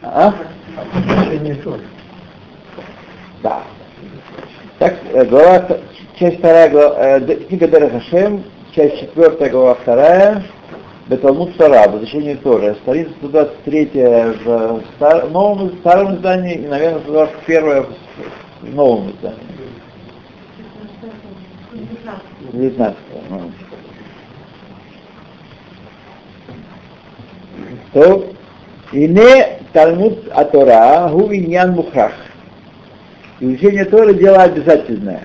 А? Да. Так, часть 2, книга Дерех Хашем, часть 4, глава 2, Беталмуд Тора, возвращение Торы. Страница 123 в старом издании и, наверное, 121 в новом издании. 19. То, ине Талмуд Атора, гу иньян мухрах. Изучение Торы — дело обязательное.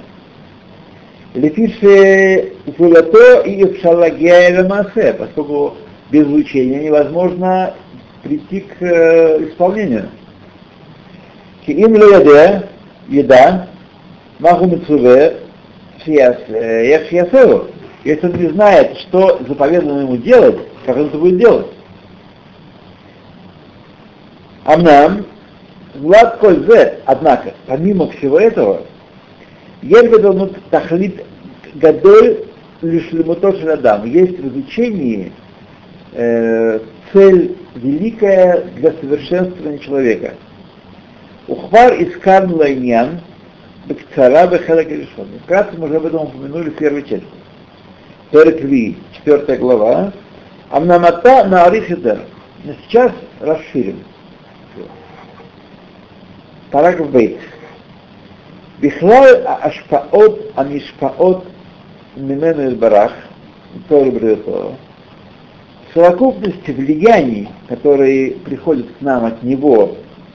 Лефише фулато и пшалагия масе, поскольку без учения невозможно прийти к исполнению. Им леде еда, маху митцуве, ясеу. Если он не знает, что заповедано ему делать, как он это будет делать. Амнам, Влад Кользе, однако, помимо всего этого, Ельбедонут Тахлит Гадоль Лишлемуто Шеладам. Есть в изучении цель великая для совершенствования человека. Ухвар искан лайнян бекцара бехелек решен. Вкратце мы уже об этом упомянули в первой части. Перекви, 4 глава. Амнамата на арифидер. Но сейчас расширим. Параграф бейт. Бихлал ашпаот амишпаот мимену илбарах, совокупность влияний, которые приходят к нам от него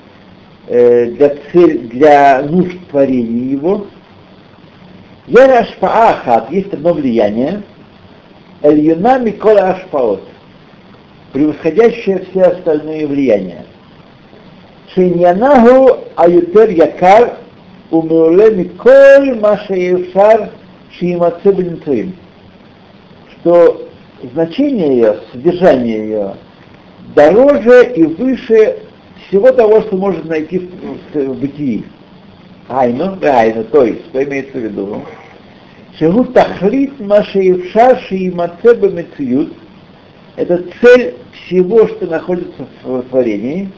для нужд творения его, яра ашпаахат, есть одно влияние, эльюна микола ашпаот, превосходящее все остальные влияния. Шиньянаху аютер якар умеуле миколь машеевшар шиимаце бенцуим, что значение ее, содержание ее дороже и выше всего того, что может найти в бытии. Айну, то есть, что имеется в виду? Шегу тахлит машеевшар шиимаце бенцуют, это цель всего, что находится в творении.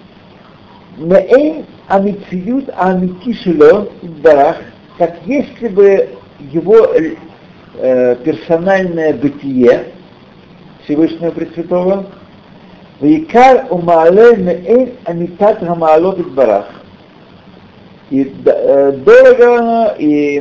Меэйн амитсиют амитишило барах, как если бы его персональное бытие Всевышнего Пресвятого, вейкар умаале меэйн амитат хамаалот барах, и дорого оно, и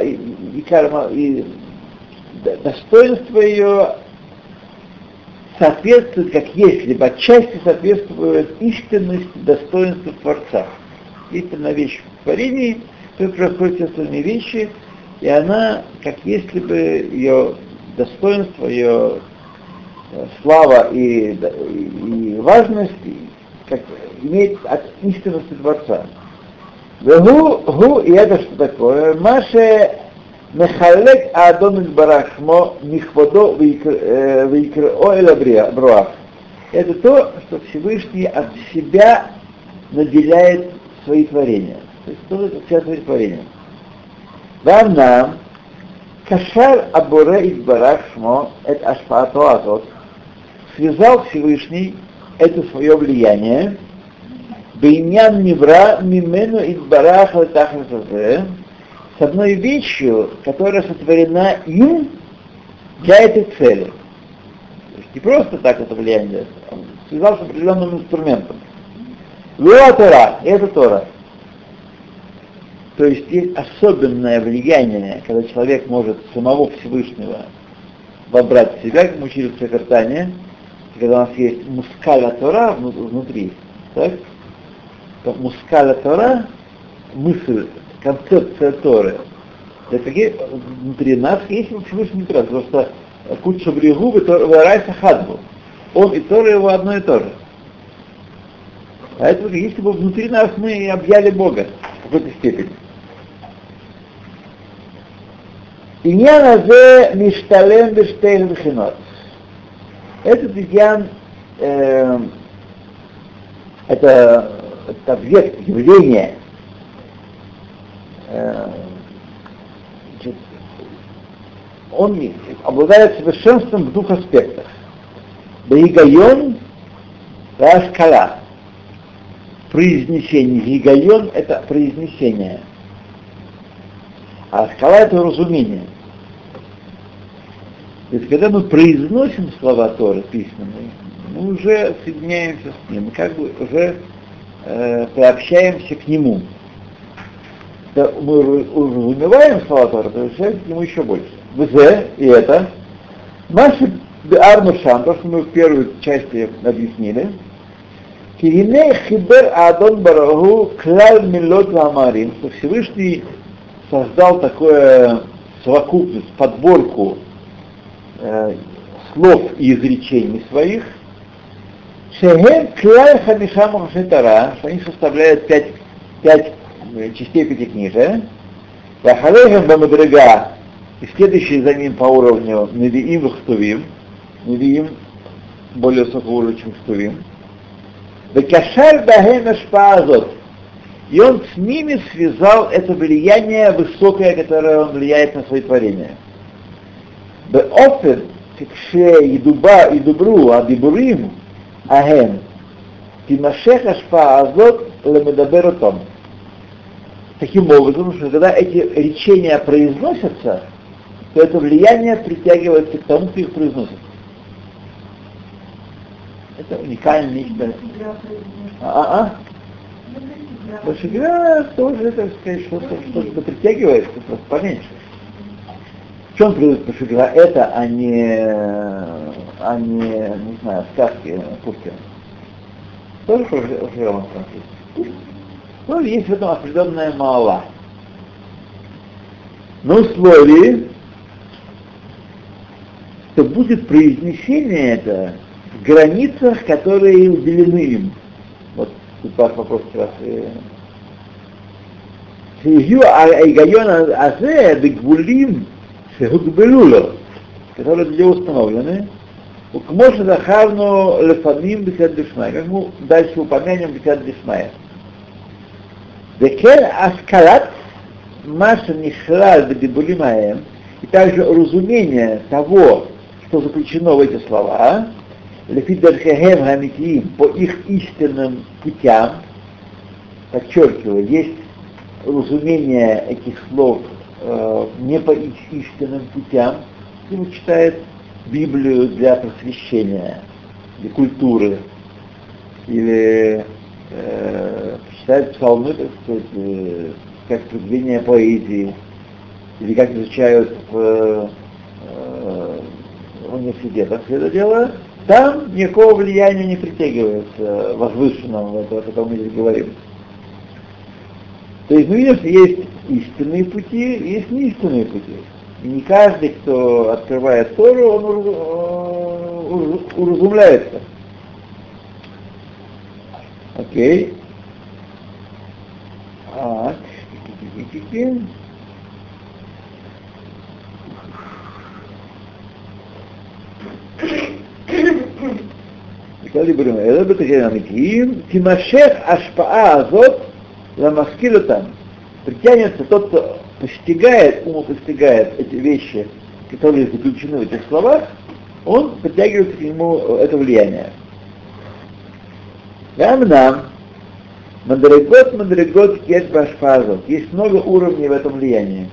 достоинство ее соответствует, как если бы отчасти соответствует истинности, достоинству Творца. Истинная вещь в творении, то происходят все остальные вещи, и она, как если бы ее достоинство, ее слава и важность как, имеет от истинности Творца. Гу, и это что такое? Маше Мехалек Адон Барахмо Михводо Вейкро Эла Бруах. Это то, что Всевышний от себя наделяет свои творения. То есть что это все свои творения. Вам нам Кашар Абуре Избарахмо это Ашпаато Азот, связал Всевышний это свое влияние Бейнян Нивра Мимену Избарах Летахмисазе, с одной вещью, которая сотворена им для этой цели. То есть не просто так это влияние, он связал с определенным инструментом. Луа Тора, это Тора. То есть есть особенное влияние, когда человек может самого Всевышнего вобрать в себя, как мы учили в Сефертане, когда у нас есть мускаля Тора внутри, так? То мускаля Тора, мысль, концепция Торы. Внутри нас есть Всевышний Тора, потому что Кудша Бригу Варайса Хадбу. Он и Тора его одно и то же. Поэтому если бы внутри нас мы объяли Бога в какой-то степени. Иньян азе мишталем бештейх бхинот. Этот иньян, это объект, явление, он обладает совершенством в двух аспектах. Бейгайон, раскала. произнесение. Гигайон — это произнесение. А скала — это разумение. То есть, когда мы произносим слова Торы письменные, мы уже соединяемся с ним, как бы уже приобщаемся к нему. Когда мы уразумеваем слова Торы, приобщаемся к нему еще больше. Взе, и это, наши Арнушан, то, что мы в первой части объяснили, Кириней Хибер Адон Барагу Клаль Милот Ламарим, что Всевышний создал такую совокупность, подборку слов и изречений своих, Шехем Клаль Хамиша Махашетара, что они составляют пять частей пятикнижия, Вахалейхам Бамадрега, и следующие за ним по уровню Невиим Вахтувим, Невиим более высокого уровня, чем Хтувим, Векашар Дахем Эшпаазот, и он с ними связал это влияние высокое, которое он влияет на свои творения. Беофен, кше идубру, адибурим, ахем, тимашех ашпаазот лемедаберотом. Таким образом, что когда эти речения произносятся, то это влияние притягивается к тому, кто их произносит. Это уникальное нечто. Башигра тоже, так сказать, что-то притягивается, просто поменьше. В чем приводит Башигра? Это, а не знаю, сказки Пушкина. Тоже Башигра француз. Ну, есть в этом определенная мала. Но условие, что будет произнесение это в границах, которые уделены им. Вот тут ваш вопрос как раз. Сию айгайон азе бигвулим шехугбелуло, которые для него установлены. Укмоша захарну лефамим бисад дишмай. Как мы дальше упомянем бисад дишмая. Векер аскалат маша нихраль бедибулим аэм. И также разумение того, что заключено в эти слова, лефидархехем хамитиим, по их истинным путям, подчеркиваю, есть разумение этих слов не по их истинным путям, кто читает Библию для просвещения, для культуры, или читают псалмы, так сказать, как произведение поэзии, или как изучают в университетах это дело, там никакого влияния не притягивается возвышенного, о котором мы здесь говорим. То есть мы видим, что есть истинные пути, есть неистинные пути. И не каждый, кто открывает Тору, он уразумляется. Окей. Это бы такие намеким, тимашех ашпаа азот ламаскилу там. Притянется тот, кто умопостигает эти вещи, которые заключены в этих словах, он притягивается к нему это влияние. Нам Мадрегот кеш башфазот. Есть много уровней в этом влиянии.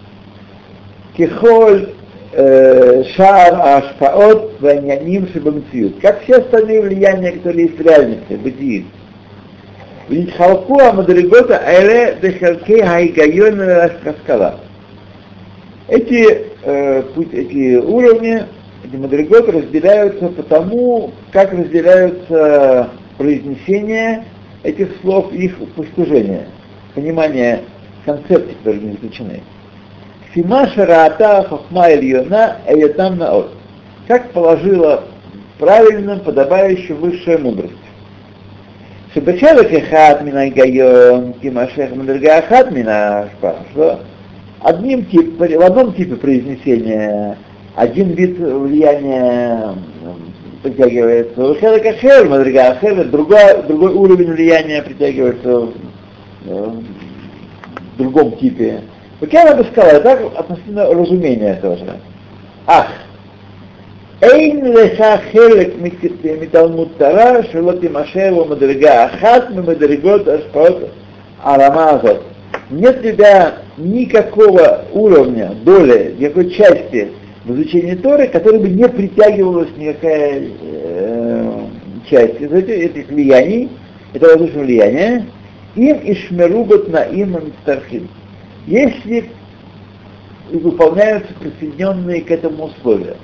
Кихоль шар ашфаот ваняним шибамциют. Как все остальные влияния, которые есть в реальности, бытии. Ведь халкуа Мадрегота аэле дехалкей хайгайон раскаскала. Эти уровни, эти Мадреготы разделяются по тому, как разделяются произнесения этих слов и их постижение, понимание концепций, которые не заключены. Симаша раата хохма ильона эятам наот. Как положила правильным, подобающим высшая мудрость. Шебешевек эхат мина гайон, кимашех мадерга ахат мина ашпа. Что в одном типе произнесения один вид влияния притягивается в хелек-ахер, мадрига-ахер, другой уровень влияния притягивается в другом типе. Вот я бы сказал, так относительно разумения тоже. Эйн леха хелек миталмуд тара, шелот имашева мадрига ахат, мадригот ашпаот арамазот. Нет у тебя никакого уровня, доли, никакой части в изучении Торы, которой бы не притягивалась никакая часть из этих влияний, это воздушное влияние, им ишмерубат на им митархим. Если выполняются присоединенные к этому условия.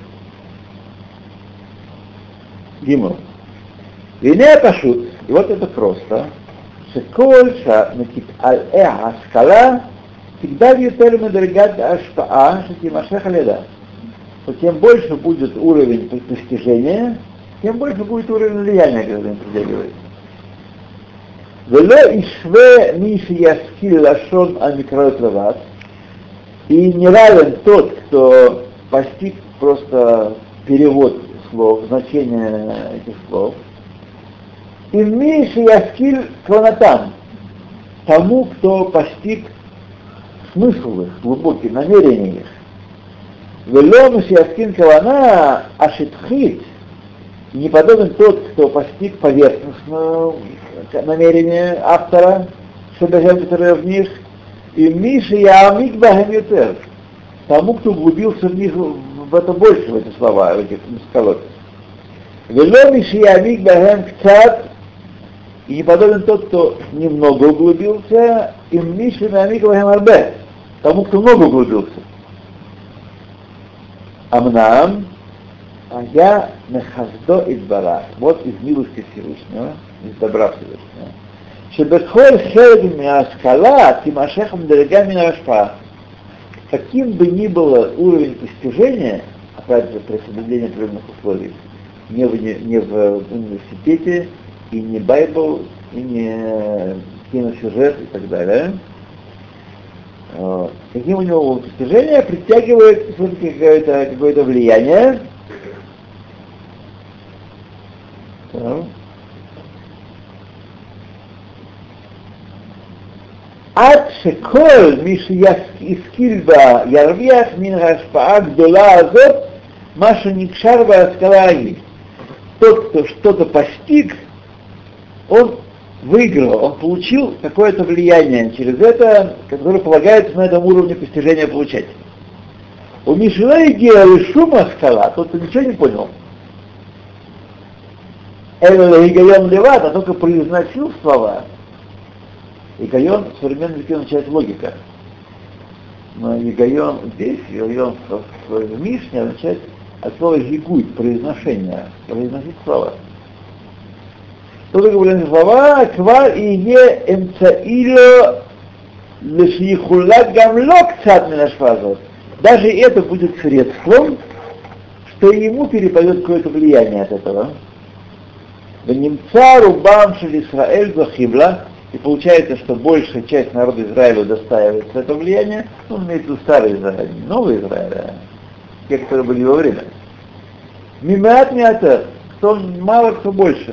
Гимл. Вине пашут, и вот это просто, шеколь аль скала всегда вьютер медригат ашпаа шатимашеха леда. То тем больше будет уровень постижения, тем больше будет уровень влияния, когда он притягивается. Вело ишве миши яскил лашон амикроет лават. И не равен тот, кто постиг просто перевод слов, значение этих слов. И миши яскил кланатам. Тому, кто постиг смысл их, глубокие намерения их. Вело миши яскил клана ашитхит. Не подобен тот, кто постиг поверхностное намерение автора, которое в них, и Миша Яамик Бахем Ютер, тому, кто углубился в них, в это больше, в эти слова, в этих скалот. Вело Миша Яамик Бахем Кцат, и не подобен тот, кто немного углубился, и Миша Яамик Бахем Арбе, тому, кто много углубился. Амнам, а я нахаздо избара, вот из милости Всевышнего, из добра Всевышнего. Шебехоль хелек миаскала тимашехам дорога минашпа. Каким бы ни было уровень постижения, опять же, при соблюдении определенных условий, не в университете, и не Байбл, и не киносюжет и так далее, каким у него постижение притягивает какое-то влияние. עד שכל מי שישכיל בה ירוויח מן ההשפעה הגדולה הזאת מה שנקשר בהשכלה ההיא. Тот, кто что-то постиг, он выиграл, он получил какое-то влияние через это, которое полагается на этом уровне постижения получать. У Мишелей делали шума скала, тот, кто ничего не понял. Элла Гигайон Леват, а только произносил слова. Игайон в современном языке означает логика. Но Игайон здесь, Игайон в Мишне означает от слова «жигуй», произношение, произносить слова. Кто такое произносит слова? Квар и е эмцаило лешихулат гамлок цат минашфазот. Даже это будет средством, что ему перепадет какое-то влияние от этого. Венемца рубам шель Исраэль захибла. И получается, что большая часть народа Израиля достаивается это влияние, он имеет в виду старый Израиль, не новый Израиль, а те, которые были во время. Мимеат миатер, кто мало, кто больше.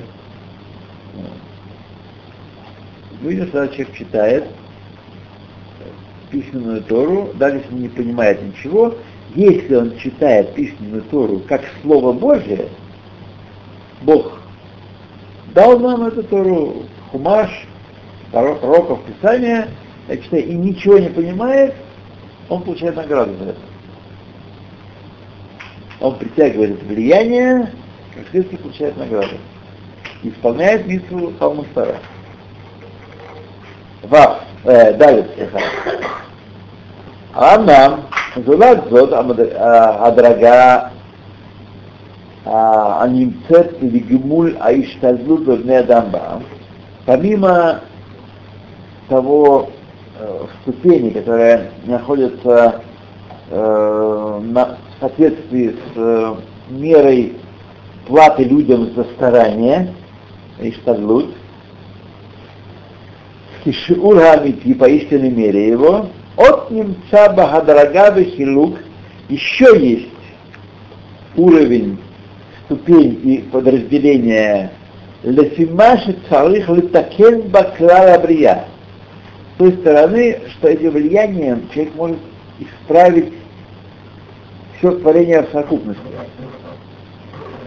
Видишь, когда человек читает письменную Тору, даже если он не понимает ничего, если он читает письменную Тору как Слово Божие, Бог дал нам эту Тору, Хумаш, пророков Писания, я читаю, и ничего не понимает, он получает награду за это. Он притягивает это влияние, как следствие получает награду. И исполняет миссу Талмуд Тора. Далее, Анам, Зулат Зод, Адрага, Анимцет, Лигмуль, Аиштазлут, Бевне Адамба, помимо того ступени, которая находится в соответствии с мерой платы людям за старание, иштадлут, кишур хамити, по истинной мере его, от немца бахадарага бехилук, еще есть уровень, ступень и подразделение лефимаши царих литакен баклала брия. С той стороны, что этим влиянием человек может исправить все творение в совокупности.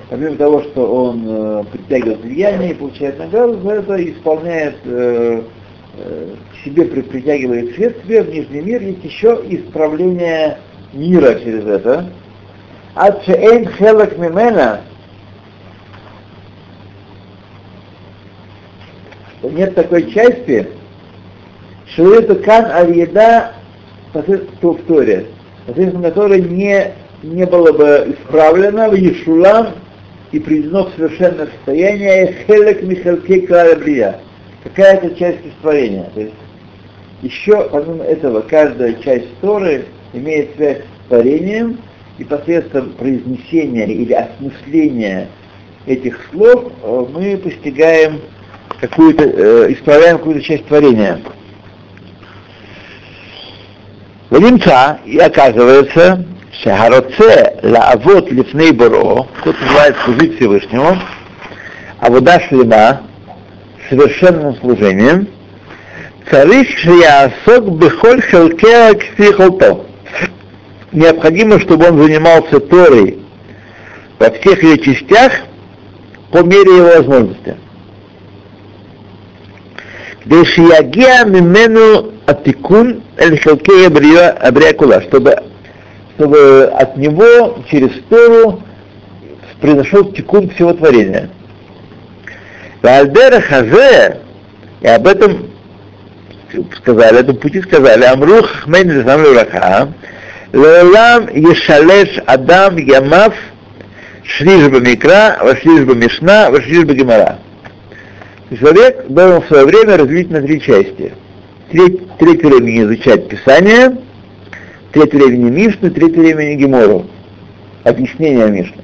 помимо того, что он притягивает влияние и получает награду за это, исполняет, к себе притягивает следствие в нижний мир, есть еще исправление мира через это. Ад шеэйн хелек мимена, нет такой части, что это кан аль-еда посредством Торе, посредством которой не было бы исправлено в Ешулам и приведено в совершенное состояние хелек михалкей калабрия, какая-то часть исправления. То есть еще, помимо этого, каждая часть Торы имеет связь с творением, и посредством произнесения или осмысления этих слов мы постигаем исправляем какую-то часть творения. Вадимца, и оказывается, шагароце лаавот лифней боро, кто желает служить Всевышнему, авода шлема, совершенным служением, царих шиясок бехоль хелкеа кфи холто. Необходимо, чтобы он занимался Торой во всех ее частях по мере его возможности. Дешиягия мимену атикун эль хелкея абрия кула, чтобы от него через Тору произошел тикун всего творения. Вальдера хазе, и об этом сказали, этом пути сказали, Амрух хмейн лизам левраха, леолам ешалеш адам ямав шлиш бамикра, вашлиш бамишна, вашлиш багемара. Человек должен в свое время разделить на три части. Треть времени изучать Писание, треть времени Мишну, треть времени Гемору. Объяснение Мишны.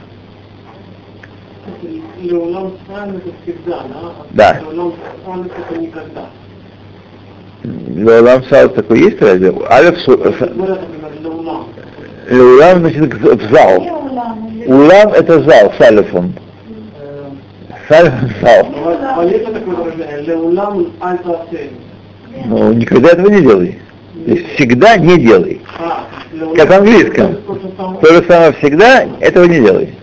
Леолам Сам это всегда, да? Леолам Сам это никогда. Леолам Сам такой есть разве? Леолам значит в зал. Улам это зал, салифон. Салифон зал. Ну, никогда этого не делай. То есть всегда не делай. Как в английском. То же самое всегда, этого не делай.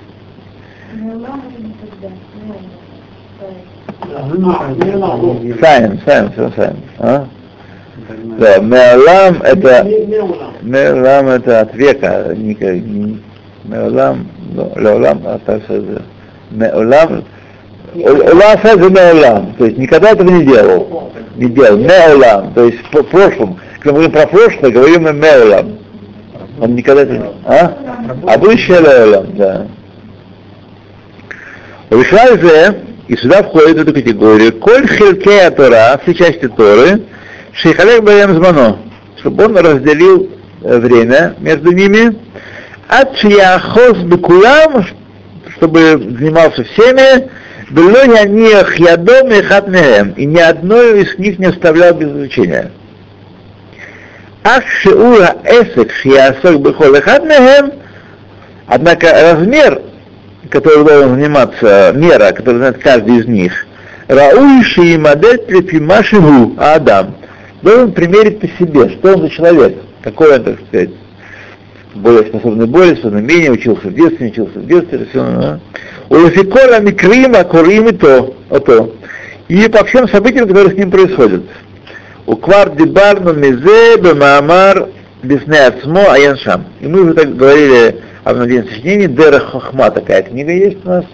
Сайм. Да, меолам это от века. Меолам, леолам, меолам. Меолам, то есть никогда этого не делал. Меолам, то есть в прошлом. Когда мы говорим про прошлое, говорим о меолам. Он никогда это не делал. А будущее леолам, да. И сюда входит в эту категорию коль хилкея Тора, все части Торы, шейхалек баем змано, чтобы он разделил время между ними, ад шияхоз бекулам, чтобы занимался всеми, было янех ядом и хатмеем, и ни одной из них не оставлял без изучения. Ах шеура эсек шиясок бехол и хатмеем, однако размер, который должен заниматься, мера, которую знает каждый из них, рауиши и модель лепимашигу Адам, должен примерить по себе, что он за человек, какой он, так сказать, более способный, менее, учился в детстве, все. Улафикола микрима курим то. И по всем событиям, которые с ним происходят. Уквар дибарну мизе бемаамар бисне ацмо аяншам. И мы уже так говорили об одном сочинении, Дера Хохма, такая книга есть у нас.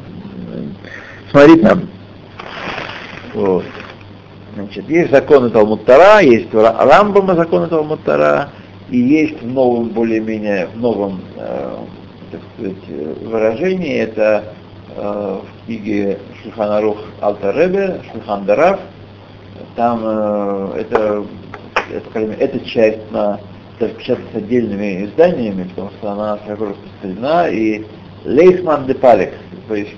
Смотри там. Вот. Значит, есть законы Талмуд Тора, есть Рамбама законы Талмуд Тора, и есть в новом, более-менее, в новом, так сказать, выражении, это в книге Шульхан Арух Алта Ребе, Шульхан Дарав, там эта часть печатается отдельными изданиями, потому что она широко распространена, и Лейсман де Палекс, то есть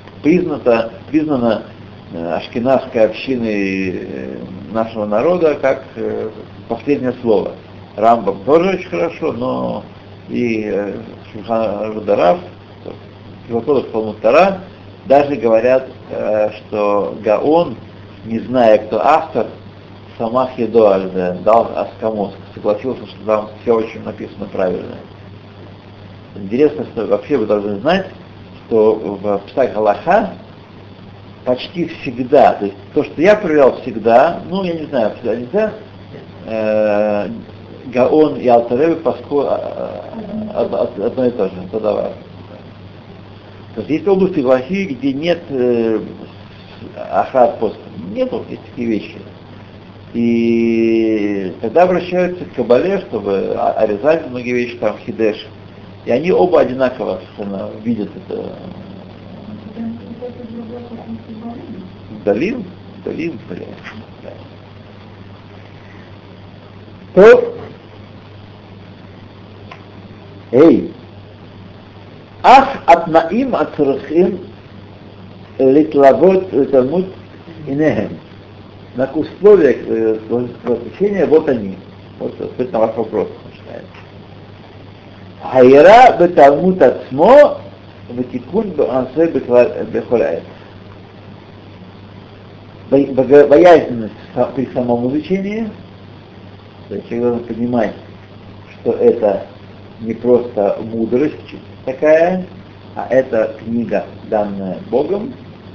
признана ашкеназской общиной нашего народа как последнее слово. Рамбам тоже очень хорошо, но и Шульхан Дарав, в законах Талмуд Тора даже говорят, что Гаон, не зная, кто автор, Самах Едуаль дал Аскамос, согласился, что там все очень написано правильно. Интересно, что вообще вы должны знать, что в Псах Галаха почти всегда, то есть то, что я проверял всегда, ну, я не знаю, всегда нельзя, Гаон и Алтаревы одно и то же, то давай. То есть есть области Галахи, где нет ахрат пост, нету такие вещи. И тогда обращаются к Кабале, чтобы орезать многие вещи, там Хидеш. И они оба одинаково совершенно видят это. Далин, блядь. То, ах атнаим ацурахим литлавот литамут инехем. На условиях просвещения вот они. Вот ответ на ваш вопрос начинается. Хайра беталмут ацмо ватикун б'ансе бехолаэт. Боязненность при самом изучении, то есть человек должен понимать, что это не просто мудрость такая, а это книга, данная Богом.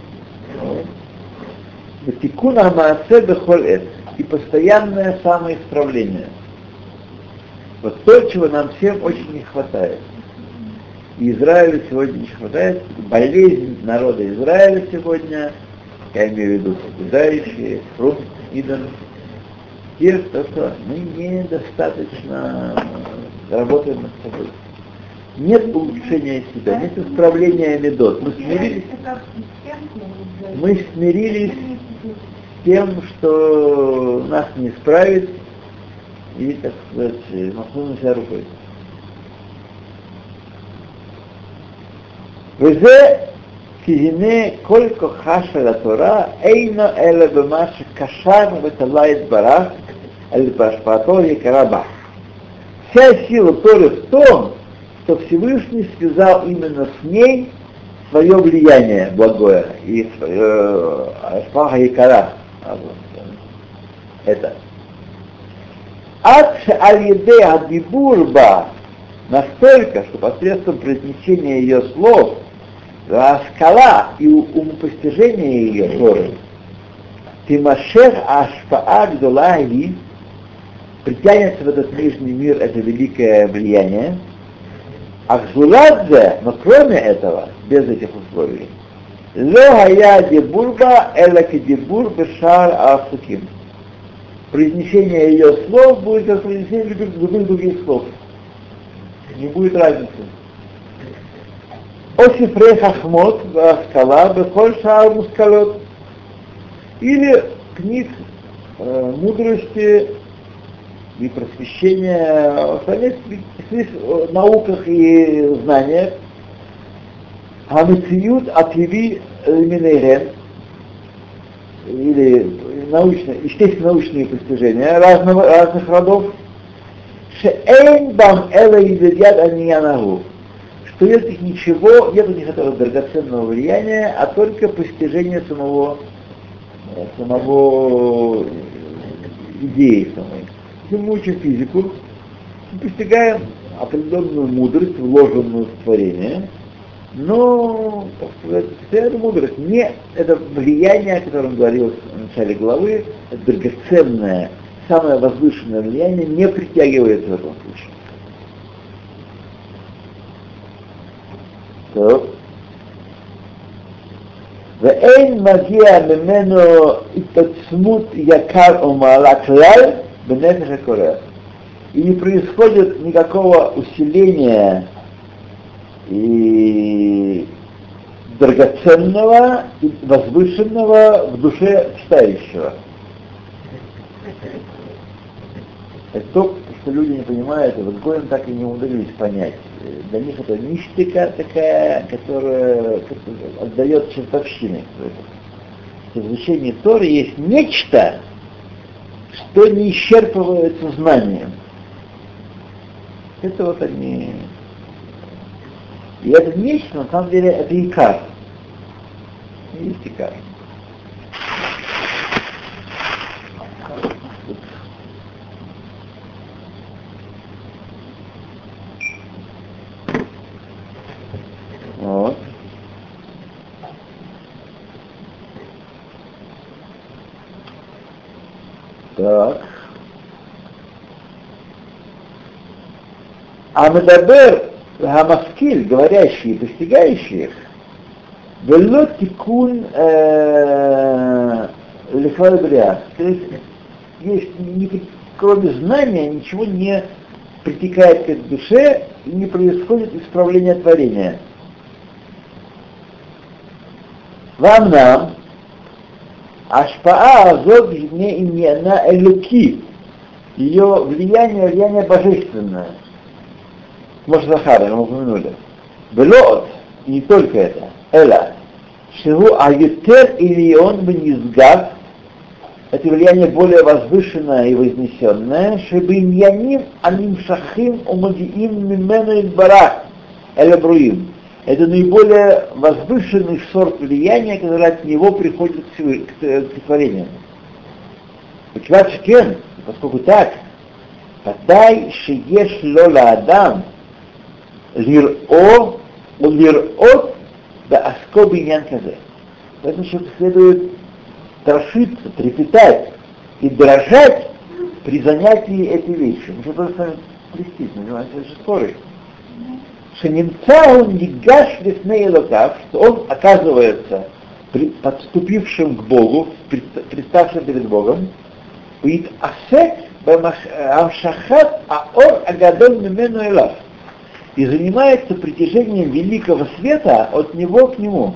Тикун амаасе бехоль эт, и постоянное самоисправление. Вот то, чего нам всем очень не хватает. И Израилю сегодня не хватает, болезнь народа Израиля сегодня, я имею в виду соблюдающие, Фрум, Иден, те, что мы недостаточно работаем над собой. Нет улучшения себя, нет исправления медот. Мы смирились с тем, что нас не исправит, и, так сказать, махнули на себя рукой. Везе кизине коль коха шел Тора, эйно эле бемаши кашар веталайт барах, эль башпато якараба. Вся сила Торы в том, что Всевышний связал именно с ней свое влияние благое и Ашпаха Якара. Это. Адше аль-еде адибурба, настолько, что посредством произнесения ее слов, раскала и умопостижения ее Торы, Тимашех Ашпаа Гдулаи, притянется в этот нижний мир это великое влияние, Ахзуладзе, но кроме этого, без этих условий, Лохая дебурба эла дебур бешар афуким. Произнесение ее слов будет как произнесение любых других слов. Не будет разницы. Осифрей хахмот скала бехоль шаар мускалот. Или книг мудрости и просвещения в науках и знаниях, Хамициют Ативи Минейрен, или естественно-научные постижения разных родов, Шеэйн бам эла изядьяд аньянагу, что нет их ничего, нет у них этого драгоценного влияния, а только постижение самого идеи самой. Если мы учим физику, мы постигаем определенную мудрость, вложенную в творение, но, так сказать, эта мудрость не это влияние, о котором говорилось в начале главы, это драгоценное, самое возвышенное влияние не притягивается в этом случае. Так. ואין מגיע ממנו התעצמות יקר או מעלה כלל בנפש הקורא. И не происходит никакого усиления и драгоценного и возвышенного в душе читающего. Это то, что люди не понимают, и вот Гоем так и не удалились понять. Для них это мистика такая, которая отдает чертовщиной. В изучении Торы есть нечто, что не исчерпывается знанием. Это вот они... И это нечто, на самом деле, это икар. Есть икар. Вот. Так. А медабер гамаскиль, говорящие, постигающие, вело тикун лихвай бриа. То есть кроме знания ничего не притекает к душе и не происходит исправление творения. Вам нам ашпаа азот не имена элюки, ее влияние божественное. Может, Захара, мы упомянули. Белоот, и не только это, эла, шигу аютер или он бы не сгад, это влияние более возвышенное и вознесенное, чтобы иньяним аним шахим умадиим мимену барах эля бруим. Это наиболее возвышенный сорт влияния, который от него приходит к творению. Поскольку так, подай шиеш лола адам лирот да аскоби янказе. Поэтому человеку следует страшиться, трепетать и дрожать при занятии этой вещью. Мы что-то с вами плестить, называется это же споры. Шенемцау нигаш весны локав, что он оказывается подступившим к Богу, представшим перед Богом, и асек амшахат аор агадон мимену элав, и занимается притяжением великого света от него к нему.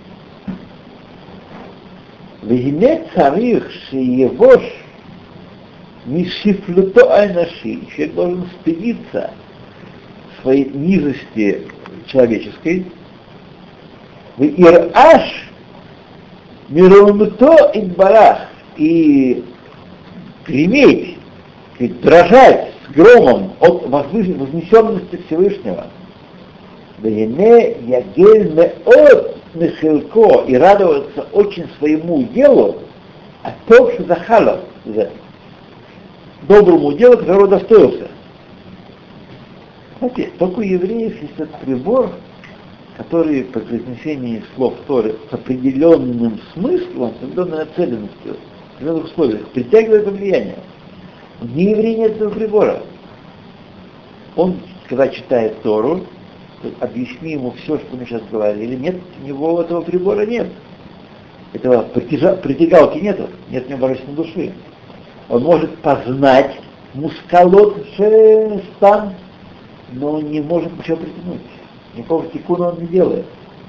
Вегине царих шиевош мишифлюто айнаши, человек должен стыдиться своей низости человеческой, в ираш миромуто идбарах, и греметь, дрожать с громом от вознесенности Всевышнего. Вене ягель меот мехилко, и радоваться очень своему делу, а то, что захало, доброму делу, которого достоился. Знаете, только у евреев есть этот прибор, который по произнесении слов Торы с определенным смыслом, с определенной нацеленностью, в определенных условиях притягивает влияние. Не еврей нет этого прибора. Он, когда читает Тору, объясни ему все, что мы сейчас говорили, нет, у него этого прибора нет. Этого притягалки нету, нет у него божественной души. Он может познать мускалот шестан, но он не может ничего притянуть. Никакого тикуна он не делает.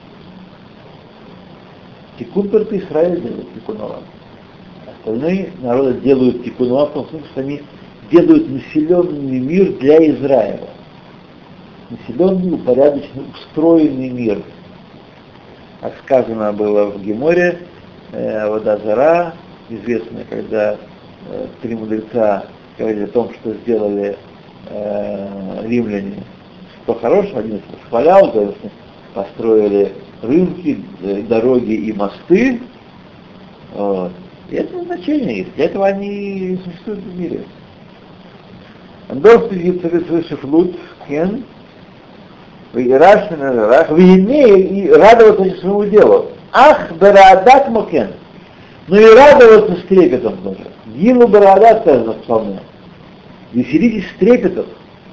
Тикун только Израиль делает тикунова. Остальные народы делают тикунова в том смысле, что они делают населенный мир для Израиля. Населенный, упорядоченный, устроенный мир. Как сказано было в Геморе, Авода Зара, известная, когда три мудреца говорили о том, что сделали римляне. Что хорошего, один их восхвалял, то есть построили рынки, дороги и мосты. Вот. И это значение есть. Для этого они существуют в мире. Андор следит свыше флут, кен, выиграш на жарах, и радоваться своему делу. Ах, барадат мокен. Ну и радоваться с трепетом тоже. Гилу барадат, сказано в псалме. Веселитесь с трепетом.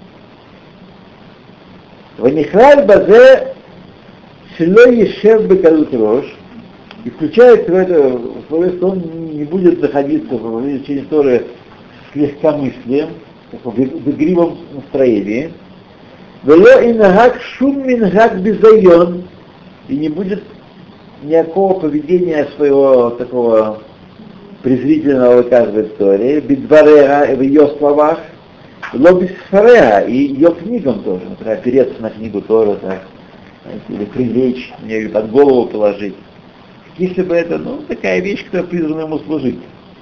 Ванихраль базе шилой ешев бекадут рош, и включает в это условие, что он не будет находиться в изучении Торы с легкомыслием, в игривом настроении. Вело инагак шум мингак безайон, и не будет никакого поведения своего такого презрительного выказывать Торе, бидварега в ее словах, лобисфарега и ее книгам тоже, например, опереться на книгу Торы, так, или прилечь, мне под голову положить. Если бы это, такая вещь, которая призвана ему служить.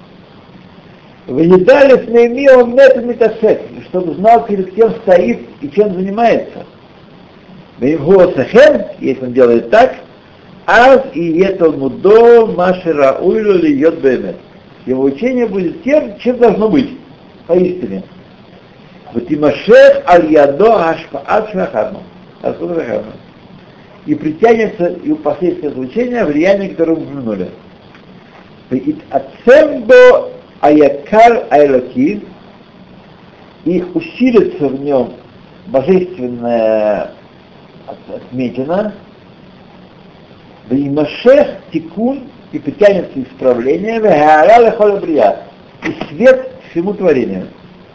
Выедали с ними он метамитасек, чтобы знал, перед кем стоит и чем занимается. Если он делает так, аз и это мудо машера уйлу ли йод бэмет. Его учение будет тем, чем должно быть, поистине. Ватимашех аль-ядо ашфаат шахарну. И притянется и впоследствии этого учения влияние, которое мы упомянули. Отцембо Аякар Айлаки, и усилится в нем божественная отметина, Вимашех Тикун, и притянется исправление, и свет всему творению.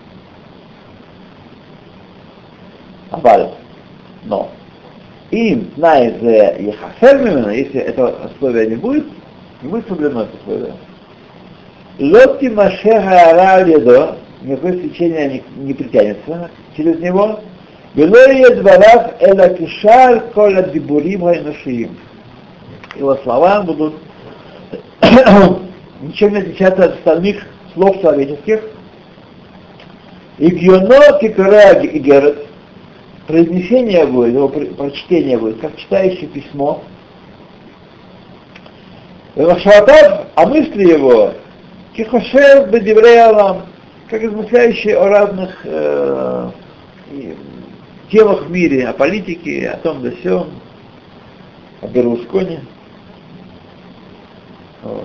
Но им знает Ехафермина, если этого условия не будет соблюдено это условие. Лотти Машеха Ара Ледо, никакое свечение не притянется через него. Белое дворав эла кишар кола дибурим хайнушиим. Его слова будут ничем не отличаться от остальных слов человеческих. И гьоно кикара игерет, произнесение будет, его прочтение будет, как читающее письмо. А мысли его, кихошев бедевреалам, как размышляющие о разных темах в мире, о политике, о том да сём, о Берлусконе. Вот.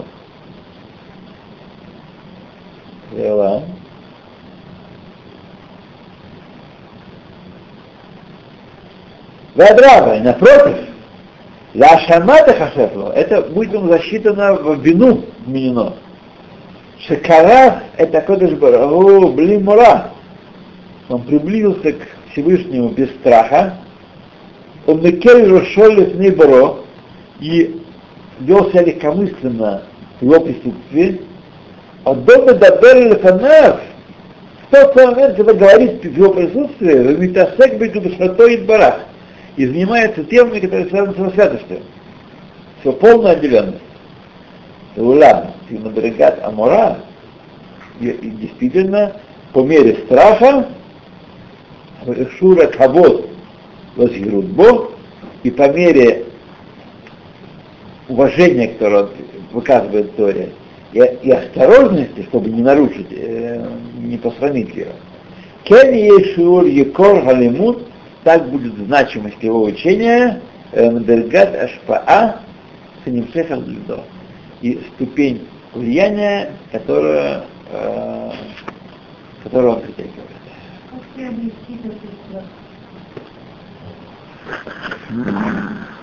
Вадрава, напротив, ля шамата хашефло, это будет ему засчитано в вину вменено. Шекарав это кодыш барагу блимура. Он приблизился к Всевышнему без страха. Он мекель рошолев небро и вел себя легкомысленно в его присутствии. А дома дабер лефанав в тот момент, когда говорит в его присутствии, в митасек беду бешатой и барах, и занимается темами, которые связаны с его святостью. Все полная отделенность. Улам, Тимадрегат Амора, и действительно, по мере страха, Шура Кавод Возгирудбо, и по мере уважения, которое он выказывает в Торе, и осторожности, чтобы не нарушить, не посрамить его. Кен Ешур Екор Галимут, так будет значимость его учения, Мдергат Ашпаа Санимшеха Лидо, и ступень влияния, которую он притягивает. Как приобрести это?